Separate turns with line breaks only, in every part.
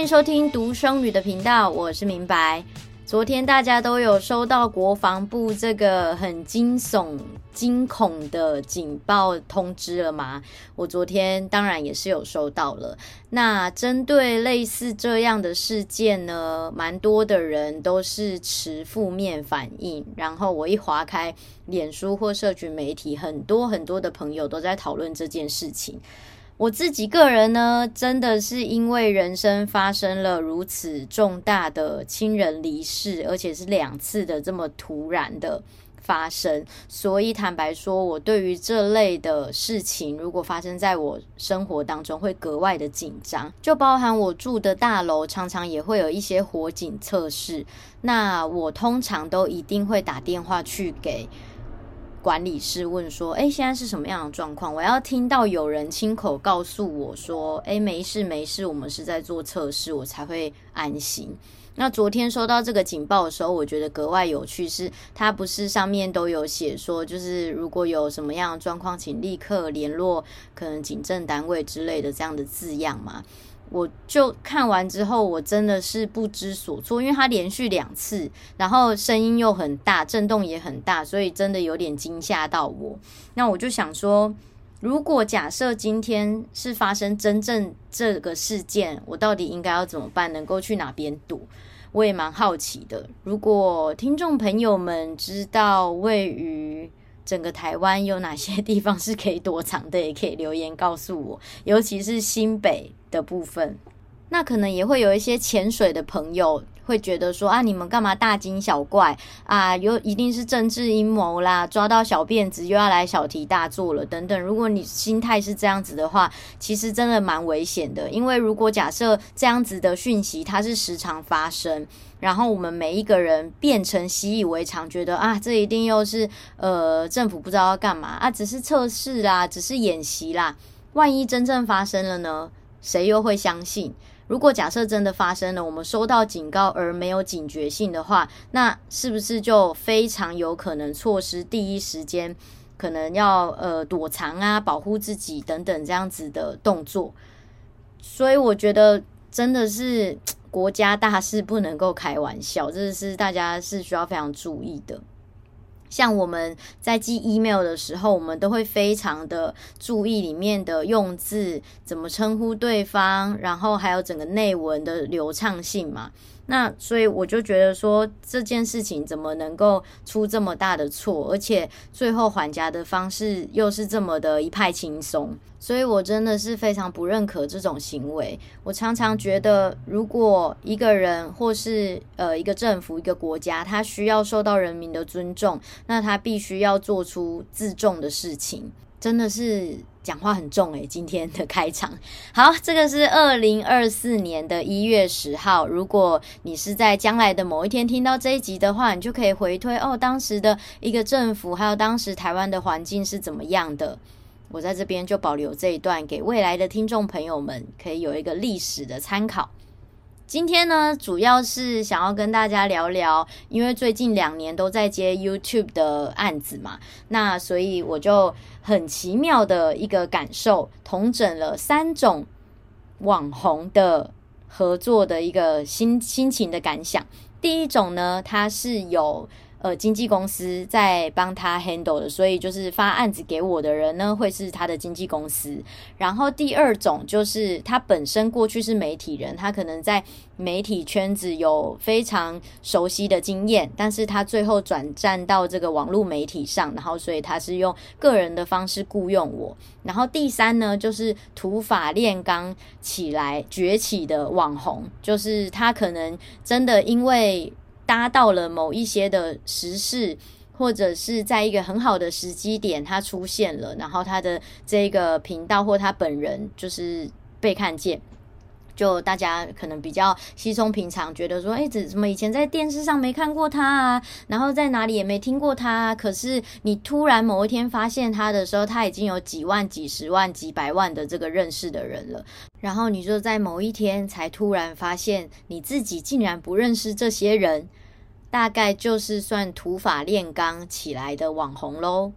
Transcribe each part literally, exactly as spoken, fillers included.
迎收听独生女的频道，我是明白。昨天大家都有收到国防部这个很惊悚惊恐的警报通知了吗？我昨天当然也是有收到了。那针对类似这样的事件呢，蛮多的人都是持负面反应，然后我一滑开脸书或社群媒体，很多很多的朋友都在讨论这件事情。我自己个人呢，真的是因为人生发生了如此重大的亲人离世，而且是两次的这么突然的发生，所以坦白说，我对于这类的事情如果发生在我生活当中会格外的紧张，就包含我住的大楼常常也会有一些火警测试，那我通常都一定会打电话去给管理室问说，诶，现在是什么样的状况？我要听到有人亲口告诉我说，诶，没事没事，我们是在做测试，我才会安心。那昨天收到这个警报的时候，我觉得格外有趣，是它不是上面都有写说，就是如果有什么样的状况，请立刻联络可能警政单位之类的这样的字样嘛？我就看完之后，我真的是不知所措，因为它连续两次，然后声音又很大，震动也很大，所以真的有点惊吓到我。那我就想说，如果假设今天是发生真正这个事件，我到底应该要怎么办？能够去哪边躲？我也蛮好奇的。如果听众朋友们知道位于整个台湾有哪些地方是可以躲藏的，也可以留言告诉我，尤其是新北的部分。那可能也会有一些潜水的朋友会觉得说，啊，你们干嘛大惊小怪啊？有一定是政治阴谋啦，抓到小辫子又要来小题大做了等等。如果你心态是这样子的话，其实真的蛮危险的。因为如果假设这样子的讯息它是时常发生，然后我们每一个人变成习以为常，觉得啊，这一定又是呃政府不知道要干嘛啊，只是测试啦，只是演习啦。万一真正发生了呢？谁又会相信？如果假设真的发生了，我们收到警告而没有警觉性的话，那是不是就非常有可能错失第一时间可能要呃躲藏啊、保护自己等等这样子的动作？所以我觉得真的是国家大事不能够开玩笑，这是大家是需要非常注意的。像我们在寄 email 的时候，我们都会非常的注意里面的用字，怎么称呼对方，然后还有整个内文的流畅性嘛。那所以我就觉得说，这件事情怎么能够出这么大的错，而且最后还价的方式又是这么的一派轻松，所以我真的是非常不认可这种行为。我常常觉得，如果一个人或是呃一个政府、一个国家，他需要受到人民的尊重，那他必须要做出自重的事情。真的是讲话很重诶，今天的开场。好，这个是二零二四年的一月十号。如果你是在将来的某一天听到这一集的话，你就可以回推哦，当时的一个政府，还有当时台湾的环境是怎么样的。我在这边就保留这一段给未来的听众朋友们，可以有一个历史的参考。今天呢，主要是想要跟大家聊聊，因为最近两年都在接 YouTube 的案子嘛，那所以我就很奇妙的一个感受，统整了三种网红的合作的一个心心情的感想。第一种呢，它是有呃经纪公司在帮他 handle 的，所以就是发案子给我的人呢会是他的经纪公司。然后第二种就是他本身过去是媒体人，他可能在媒体圈子有非常熟悉的经验，但是他最后转战到这个网络媒体上，然后所以他是用个人的方式雇用我。然后第三呢，就是土法炼钢起来崛起的网红，就是他可能真的因为搭到了某一些的时事，或者是在一个很好的时机点他出现了，然后他的这个频道或他本人就是被看见，就大家可能比较稀松平常，觉得说诶怎么以前在电视上没看过他啊，然后在哪里也没听过他啊，可是你突然某一天发现他的时候，他已经有几万几十万几百万的这个认识的人了，然后你就在某一天才突然发现你自己竟然不认识这些人，大概就是算土法炼钢起来的网红咯。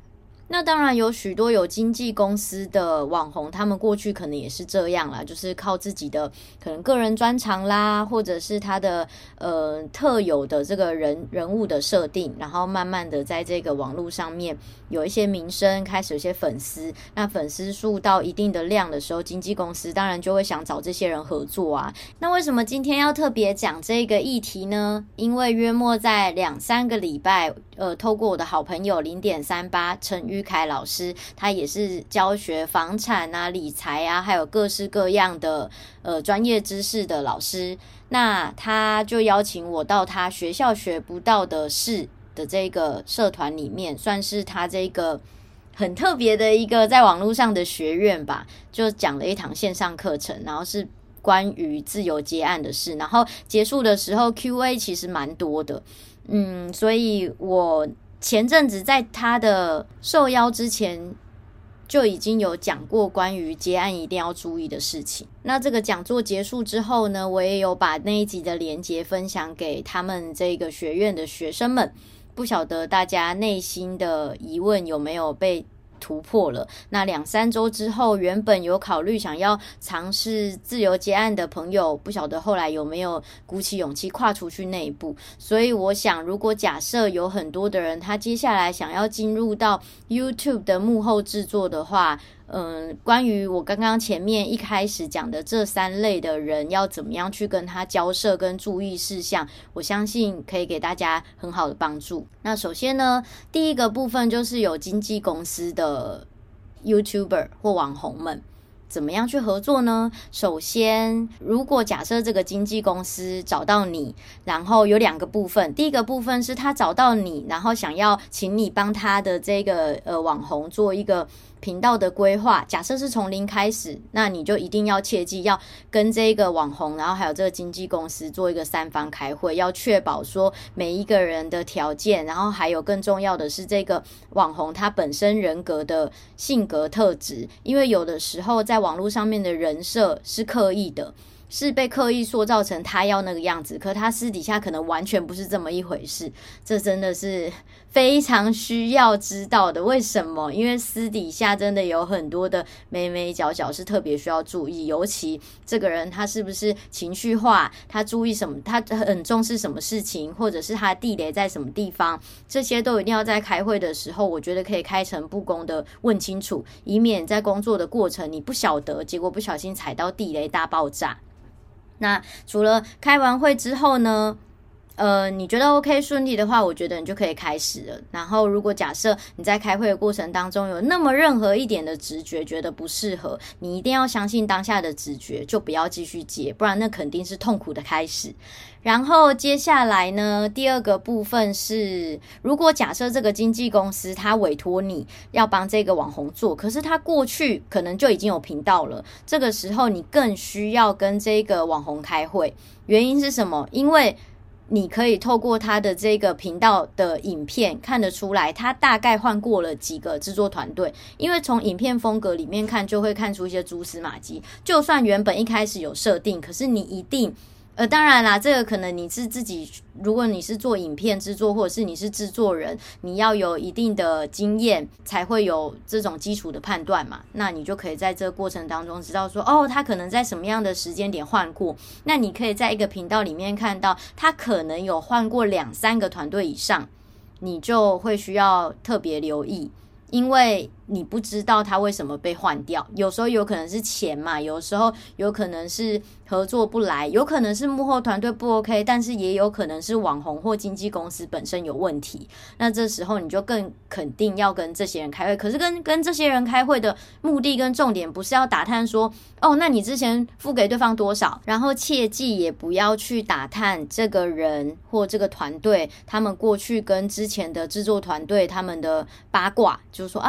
那当然有许多有经纪公司的网红，他们过去可能也是这样啦，就是靠自己的可能个人专长啦，或者是他的呃特有的这个人人物的设定，然后慢慢的在这个网络上面有一些名声，开始有一些粉丝，那粉丝数到一定的量的时候，经纪公司当然就会想找这些人合作啊。那为什么今天要特别讲这个议题呢？因为约莫在两三个礼拜，呃，透过我的好朋友零点三八陈玉凯老师，他也是教学房产啊、理财啊，还有各式各样的呃专业知识的老师。那他就邀请我到他学校学不到的事的这个社团里面，算是他这个很特别的一个在网络上的学院吧，就讲了一堂线上课程，然后是关于自由接案的事，然后结束的时候 Q A 其实蛮多的，嗯，所以我前阵子在他的受邀之前就已经有讲过关于接案一定要注意的事情。那这个讲座结束之后呢，我也有把那一集的连结分享给他们这个学院的学生们，不晓得大家内心的疑问有没有被突破了。那两三周之后，原本有考虑想要尝试自由接案的朋友，不晓得后来有没有鼓起勇气跨出去那一步。所以我想，如果假设有很多的人他接下来想要进入到 YouTube 的幕后制作的话，嗯，关于我刚刚前面一开始讲的这三类的人要怎么样去跟他交涉跟注意事项，我相信可以给大家很好的帮助。那首先呢，第一个部分就是有经纪公司的 YouTuber 或网红们怎么样去合作呢？首先，如果假设这个经纪公司找到你，然后有两个部分，第一个部分是他找到你，然后想要请你帮他的这个呃网红做一个频道的规划，假设是从零开始，那你就一定要切记要跟这个网红，然后还有这个经纪公司做一个三方开会，要确保说每一个人的条件，然后还有更重要的是这个网红他本身人格的性格特质，因为有的时候在网络上面的人设是刻意的，是被刻意塑造成他要那个样子，可他私底下可能完全不是这么一回事，这真的是非常需要知道的。为什么？因为私底下真的有很多的眉眉角角是特别需要注意，尤其这个人他是不是情绪化，他注意什么，他很重视什么事情，或者是他的地雷在什么地方，这些都一定要在开会的时候，我觉得可以开诚布公的问清楚，以免在工作的过程你不晓得，结果不小心踩到地雷大爆炸。那除了开完会之后呢，呃，你觉得 OK 顺利的话，我觉得你就可以开始了。然后如果假设你在开会的过程当中有那么任何一点的直觉觉得不适合，你一定要相信当下的直觉，就不要继续接，不然那肯定是痛苦的开始。然后接下来呢，第二个部分是，如果假设这个经纪公司他委托你要帮这个网红做，可是他过去可能就已经有频道了，这个时候你更需要跟这个网红开会。原因是什么？因为你可以透过他的这个频道的影片看得出来，他大概换过了几个制作团队，因为从影片风格里面看就会看出一些蛛丝马迹。就算原本一开始有设定，可是你一定呃，当然啦，这个可能你是自己，如果你是做影片制作，或者是你是制作人，你要有一定的经验，才会有这种基础的判断嘛。那你就可以在这个过程当中知道说，哦，他可能在什么样的时间点换过。那你可以在一个频道里面看到，他可能有换过两三个团队以上，你就会需要特别留意。因为你不知道他为什么被换掉，有时候有可能是钱嘛，有时候有可能是合作不来，有可能是幕后团队不 OK， 但是也有可能是网红或经纪公司本身有问题。那这时候你就更肯定要跟这些人开会，可是跟跟这些人开会的目的跟重点不是要打探说，哦，那你之前付给对方多少，然后切记也不要去打探这个人或这个团队他们过去跟之前的制作团队他们的八卦，就是说啊，那为什么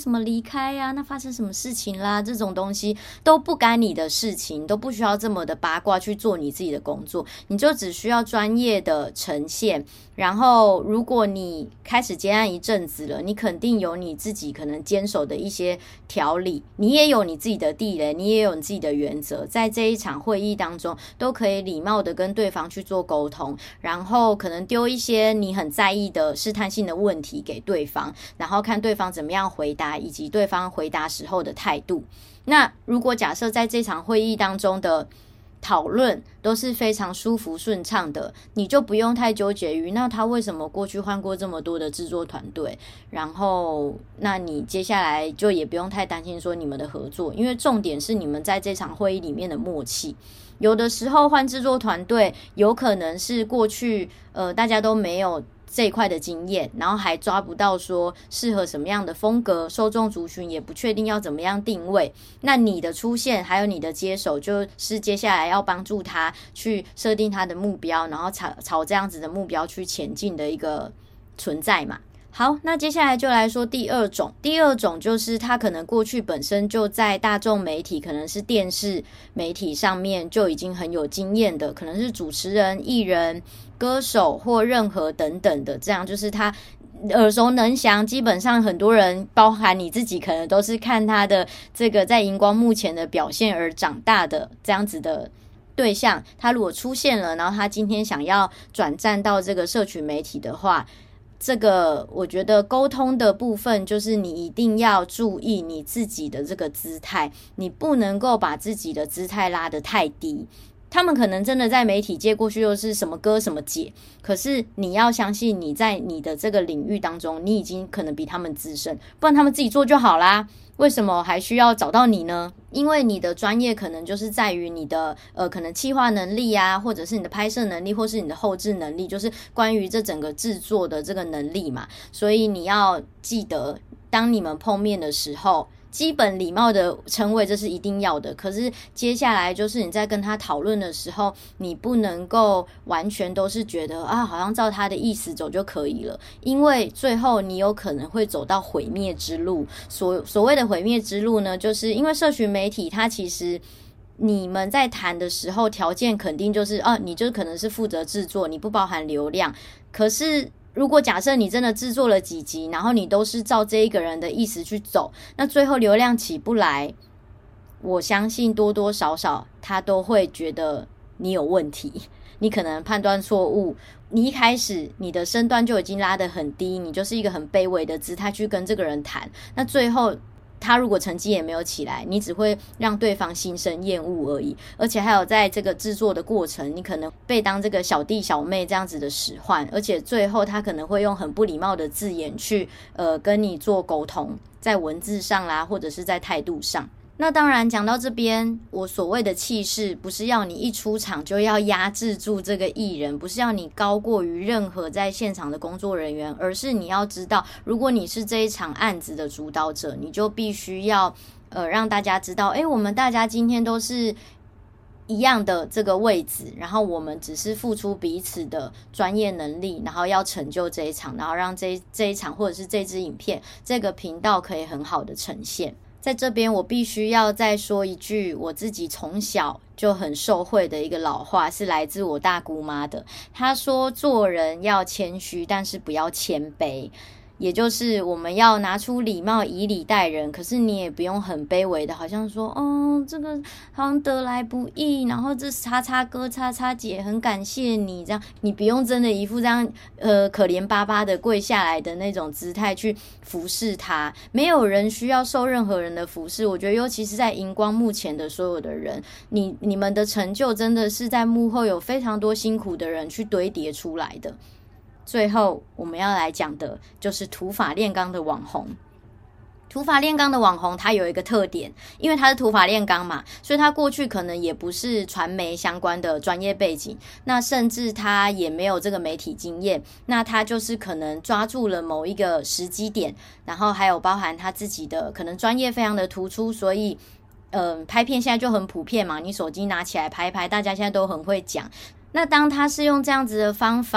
什么离开啊？那发生什么事情啦？这种东西都不干你的事情，都不需要这么的八卦去做你自己的工作，你就只需要专业的呈现。然后如果你开始接案一阵子了，你肯定有你自己可能坚守的一些条理，你也有你自己的地雷，你也有你自己的原则，在这一场会议当中都可以礼貌的跟对方去做沟通，然后可能丢一些你很在意的试探性的问题给对方，然后看对方怎么样回答，以及对方回答时候的态度。那如果假设在这场会议当中的讨论都是非常舒服顺畅的，你就不用太纠结于那他为什么过去换过这么多的制作团队，然后那你接下来就也不用太担心说你们的合作，因为重点是你们在这场会议里面的默契。有的时候换制作团队有可能是过去呃大家都没有这一块的经验，然后还抓不到说适合什么样的风格，受众族群也不确定要怎么样定位，那你的出现还有你的接手就是接下来要帮助他去设定他的目标，然后朝朝这样子的目标去前进的一个存在嘛。好，那接下来就来说第二种。第二种就是他可能过去本身就在大众媒体，可能是电视媒体上面就已经很有经验的，可能是主持人、艺人、歌手或任何等等的，这样就是他耳熟能详，基本上很多人包含你自己可能都是看他的这个在荧光幕前的表现而长大的这样子的对象。他如果出现了，然后他今天想要转战到这个社群媒体的话，这个我觉得沟通的部分就是你一定要注意你自己的这个姿态，你不能够把自己的姿态拉得太低。他们可能真的在媒体界过去又是什么哥什么姐，可是你要相信你在你的这个领域当中你已经可能比他们资深，不然他们自己做就好啦，为什么还需要找到你呢？因为你的专业可能就是在于你的呃可能企划能力啊，或者是你的拍摄能力，或是你的后制能力，就是关于这整个制作的这个能力嘛。所以你要记得当你们碰面的时候，基本礼貌的称谓这是一定要的，可是接下来就是你在跟他讨论的时候，你不能够完全都是觉得啊好像照他的意思走就可以了，因为最后你有可能会走到毁灭之路。所所谓的毁灭之路呢，就是因为社群媒体它其实你们在谈的时候条件肯定就是啊，你就可能是负责制作，你不包含流量，可是如果假设你真的制作了几集，然后你都是照这一个人的意思去走，那最后流量起不来，我相信多多少少他都会觉得你有问题，你可能判断错误，你一开始你的身段就已经拉得很低，你就是一个很卑微的姿态去跟这个人谈，那最后他如果成绩也没有起来，你只会让对方心生厌恶而已，而且还有在这个制作的过程，你可能被当这个小弟小妹这样子的使唤，而且最后他可能会用很不礼貌的字眼去呃跟你做沟通，在文字上啦，或者是在态度上。那当然讲到这边，我所谓的气势不是要你一出场就要压制住这个艺人，不是要你高过于任何在现场的工作人员，而是你要知道，如果你是这一场案子的主导者，你就必须要呃让大家知道，诶，我们大家今天都是一样的这个位置，然后我们只是付出彼此的专业能力，然后要成就这一场，然后让这这一场或者是这支影片这个频道可以很好的呈现。在这边我必须要再说一句我自己从小就很受惠的一个老话，是来自我大姑妈的。她说做人要谦虚，但是不要谦卑，也就是我们要拿出礼貌，以礼待人，可是你也不用很卑微的好像说哦这个好像得来不易，然后这叉叉哥叉叉姐很感谢你，这样你不用真的一副这样呃可怜巴巴的跪下来的那种姿态去服侍他。没有人需要受任何人的服侍，我觉得尤其是在荧光幕前的所有的人，你你们的成就真的是在幕后有非常多辛苦的人去堆叠出来的。最后我们要来讲的就是土法炼钢的网红。土法炼钢的网红他有一个特点，因为他是土法炼钢嘛，所以他过去可能也不是传媒相关的专业背景，那甚至他也没有这个媒体经验，那他就是可能抓住了某一个时机点，然后还有包含他自己的可能专业非常的突出，所以嗯，拍片现在就很普遍嘛，你手机拿起来拍一拍，大家现在都很会讲。那当他是用这样子的方法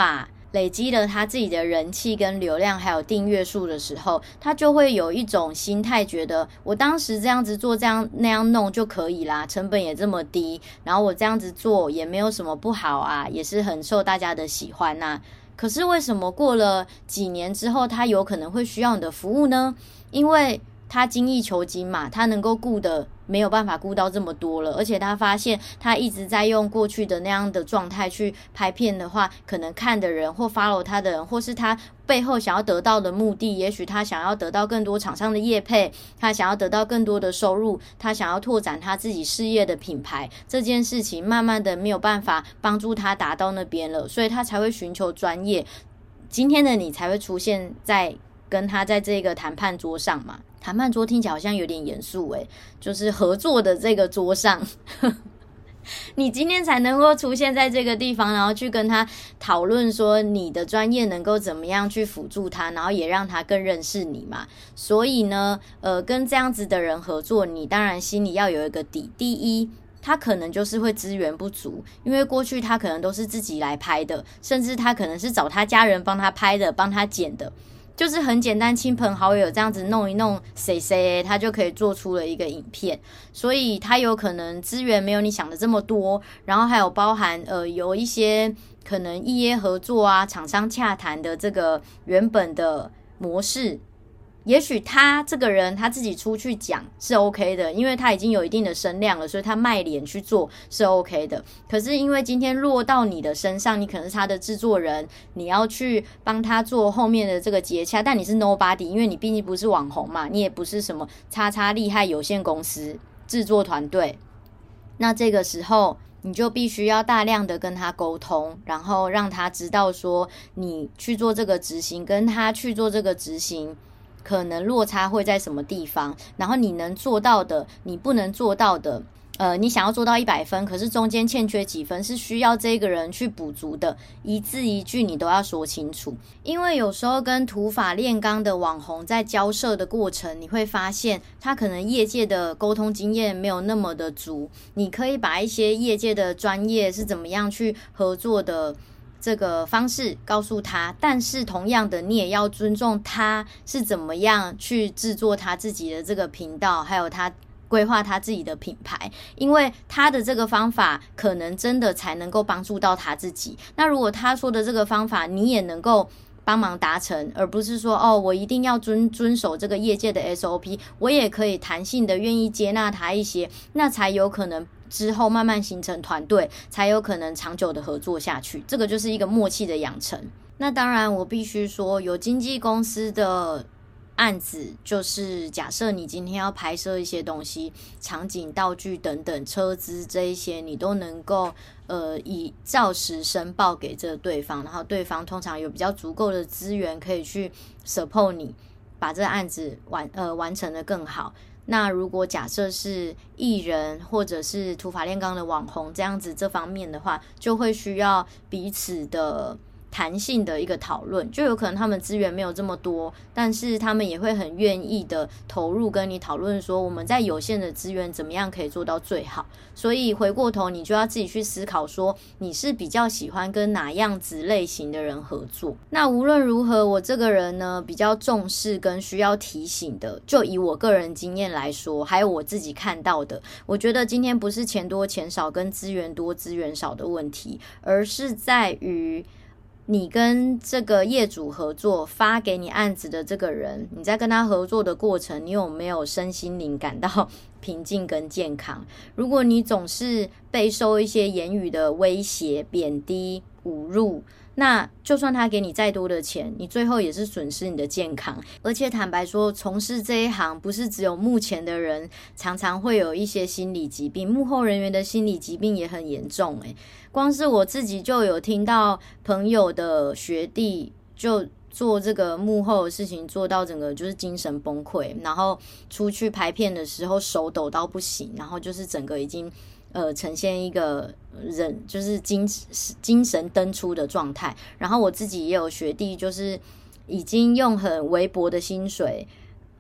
累积了他自己的人气跟流量还有订阅数的时候，他就会有一种心态，觉得我当时这样子做这样那样弄就可以啦，成本也这么低，然后我这样子做也没有什么不好啊，也是很受大家的喜欢啊。可是为什么过了几年之后，他有可能会需要你的服务呢？因为他精益求精嘛，他能够顾的没有办法顾到这么多了，而且他发现他一直在用过去的那样的状态去拍片的话，可能看的人或 follow 他的人，或是他背后想要得到的目的，也许他想要得到更多厂商的业配，他想要得到更多的收入，他想要拓展他自己事业的品牌，这件事情慢慢的没有办法帮助他达到那边了，所以他才会寻求专业。今天的你才会出现在跟他在这个谈判桌上嘛。谈判桌听起来好像有点严肃诶，就是合作的这个桌上你今天才能够出现在这个地方，然后去跟他讨论说你的专业能够怎么样去辅助他，然后也让他更认识你嘛。所以呢呃，跟这样子的人合作，你当然心里要有一个底。第一，他可能就是会资源不足，因为过去他可能都是自己来拍的，甚至他可能是找他家人帮他拍的，帮他剪的，就是很简单，亲朋好友这样子弄一弄谁谁他就可以做出了一个影片。所以他有可能资源没有你想的这么多，然后还有包含呃有一些可能异业合作啊，厂商洽谈的这个原本的模式，也许他这个人他自己出去讲是 OK 的，因为他已经有一定的声量了，所以他卖脸去做是 OK 的。可是因为今天落到你的身上，你可能是他的制作人，你要去帮他做后面的这个接洽，但你是 nobody， 因为你毕竟不是网红嘛，你也不是什么叉叉厉害有限公司制作团队，那这个时候你就必须要大量的跟他沟通，然后让他知道说你去做这个执行跟他去做这个执行可能落差会在什么地方，然后你能做到的，你不能做到的，呃，你想要做到一百分，可是中间欠缺几分是需要这个人去补足的，一字一句你都要说清楚。因为有时候跟土法炼钢的网红在交涉的过程，你会发现他可能业界的沟通经验没有那么的足，你可以把一些业界的专业是怎么样去合作的这个方式告诉他，但是同样的你也要尊重他是怎么样去制作他自己的这个频道，还有他规划他自己的品牌，因为他的这个方法可能真的才能够帮助到他自己。那如果他说的这个方法你也能够帮忙达成，而不是说哦我一定要遵遵守这个业界的 S O P， 我也可以弹性的愿意接纳他一些，那才有可能之后慢慢形成团队，才有可能长久的合作下去，这个就是一个默契的养成。那当然我必须说，有经纪公司的案子，就是假设你今天要拍摄一些东西，场景道具等等车资这一些你都能够呃以照实申报给这个对方，然后对方通常有比较足够的资源可以去 support 你把这个案子完呃完成的更好。那如果假设是艺人或者是土法炼钢的网红这样子，这方面的话就会需要彼此的弹性的一个讨论，就有可能他们资源没有这么多，但是他们也会很愿意的投入跟你讨论说我们在有限的资源怎么样可以做到最好。所以回过头你就要自己去思考说你是比较喜欢跟哪样子类型的人合作。那无论如何我这个人呢比较重视跟需要提醒的，就以我个人经验来说，还有我自己看到的，我觉得今天不是钱多钱少跟资源多资源少的问题，而是在于你跟这个业主合作，发给你案子的这个人，你在跟他合作的过程，你有没有身心灵感到平静跟健康？如果你总是备受一些言语的威胁、贬低、侮辱，那就算他给你再多的钱，你最后也是损失你的健康。而且坦白说，从事这一行不是只有目前的人常常会有一些心理疾病，幕后人员的心理疾病也很严重诶。光是我自己就有听到朋友的学弟就做这个幕后的事情做到整个就是精神崩溃，然后出去拍片的时候手抖到不行，然后就是整个已经呃呈现一个人就是精精神登出的状态。然后我自己也有学弟就是已经用很微薄的薪水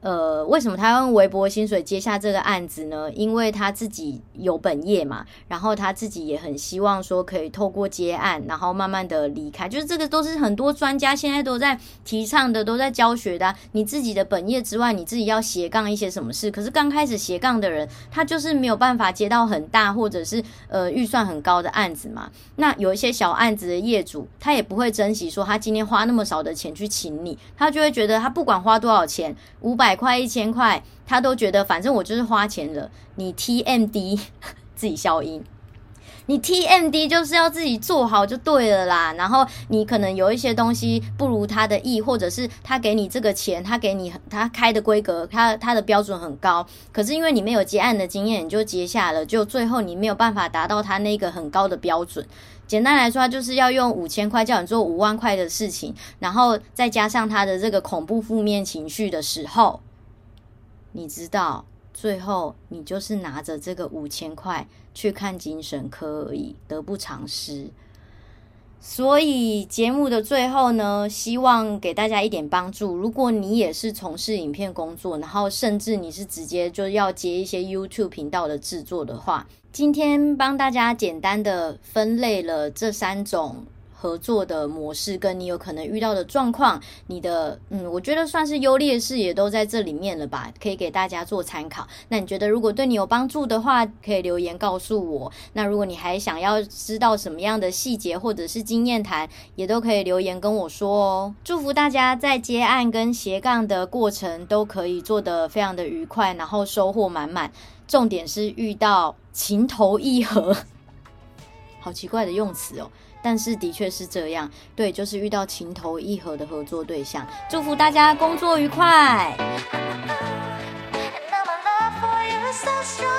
呃，为什么他要用微薄薪水接下这个案子呢？因为他自己有本业嘛，然后他自己也很希望说可以透过接案，然后慢慢的离开。就是这个都是很多专家现在都在提倡的，都在教学的啊。你自己的本业之外，你自己要斜杠一些什么事。可是刚开始斜杠的人，他就是没有办法接到很大或者是呃预算很高的案子嘛。那有一些小案子的业主，他也不会珍惜说他今天花那么少的钱去请你，他就会觉得他不管花多少钱，五百块、一千块，他都觉得反正我就是花钱了。你 T M D 自己消音，你 T M D 就是要自己做好就对了啦。然后你可能有一些东西不如他的意，或者是他给你这个钱，他给你他开的规格，他他的标准很高，可是因为你没有接案的经验，你就接下了，就最后你没有办法达到他那个很高的标准。简单来说，他就是要用五千块叫你做五万块的事情，然后再加上他的这个恐怖负面情绪的时候，你知道最后你就是拿着这个五千块去看精神科而已，得不偿失。所以节目的最后呢，希望给大家一点帮助。如果你也是从事影片工作，然后甚至你是直接就要接一些 YouTube 频道的制作的话，今天帮大家简单的分类了这三种合作的模式，跟你有可能遇到的状况，你的嗯，我觉得算是优劣势也都在这里面了吧，可以给大家做参考。那你觉得如果对你有帮助的话，可以留言告诉我。那如果你还想要知道什么样的细节或者是经验谈，也都可以留言跟我说哦。祝福大家在接案跟斜杠的过程都可以做得非常的愉快，然后收获满满。重点是遇到情投意合，好奇怪的用词哦。但是的确是这样，对，就是遇到情投意合的合作对象。祝福大家工作愉快。